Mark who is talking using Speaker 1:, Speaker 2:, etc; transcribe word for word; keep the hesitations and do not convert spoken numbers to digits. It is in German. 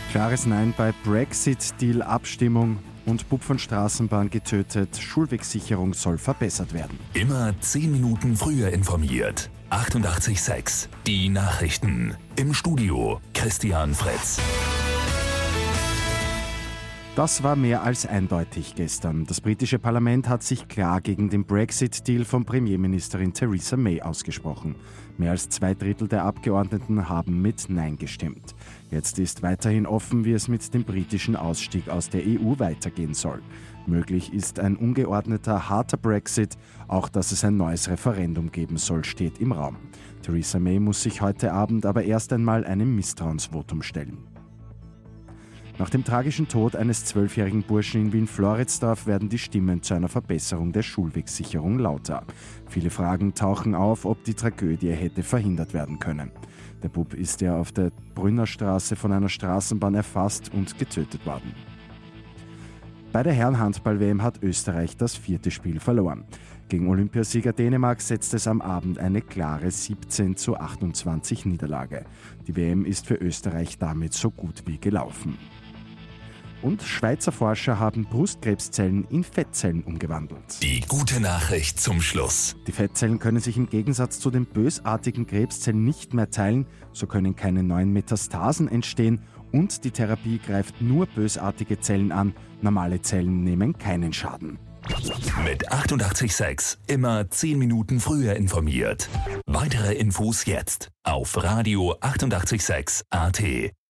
Speaker 1: Klares Nein bei Brexit-Deal-Abstimmung und Bub von Straßenbahn getötet. Schulwegsicherung soll verbessert werden.
Speaker 2: Immer zehn Minuten früher informiert. achtundachtzig Komma sechs. Die Nachrichten. Im Studio Christian Fritz.
Speaker 1: Das war mehr als eindeutig gestern. Das britische Parlament hat sich klar gegen den Brexit-Deal von Premierministerin Theresa May ausgesprochen. Mehr als zwei Drittel der Abgeordneten haben mit Nein gestimmt. Jetzt ist weiterhin offen, wie es mit dem britischen Ausstieg aus der E U weitergehen soll. Möglich ist ein ungeordneter, harter Brexit. Auch dass es ein neues Referendum geben soll, steht im Raum. Theresa May muss sich heute Abend aber erst einmal einem Misstrauensvotum stellen. Nach dem tragischen Tod eines zwölfjährigen Burschen in Wien-Floridsdorf werden die Stimmen zu einer Verbesserung der Schulwegsicherung lauter. Viele Fragen tauchen auf, ob die Tragödie hätte verhindert werden können. Der Bub ist ja auf der Brünnerstraße von einer Straßenbahn erfasst und getötet worden. Bei der Herren-Handball-W M hat Österreich das vierte Spiel verloren. Gegen Olympiasieger Dänemark setzt es am Abend eine klare siebzehn zu achtundzwanzig Niederlage. Die W M ist für Österreich damit so gut wie gelaufen. Und Schweizer Forscher haben Brustkrebszellen in Fettzellen umgewandelt.
Speaker 2: Die gute Nachricht zum Schluss.
Speaker 1: Die Fettzellen können sich im Gegensatz zu den bösartigen Krebszellen nicht mehr teilen, so können keine neuen Metastasen entstehen und die Therapie greift nur bösartige Zellen an, normale Zellen nehmen keinen Schaden.
Speaker 2: Mit achtundachtzig Komma sechs immer zehn Minuten früher informiert. Weitere Infos jetzt auf Radio achtundachtzig Komma sechs A T.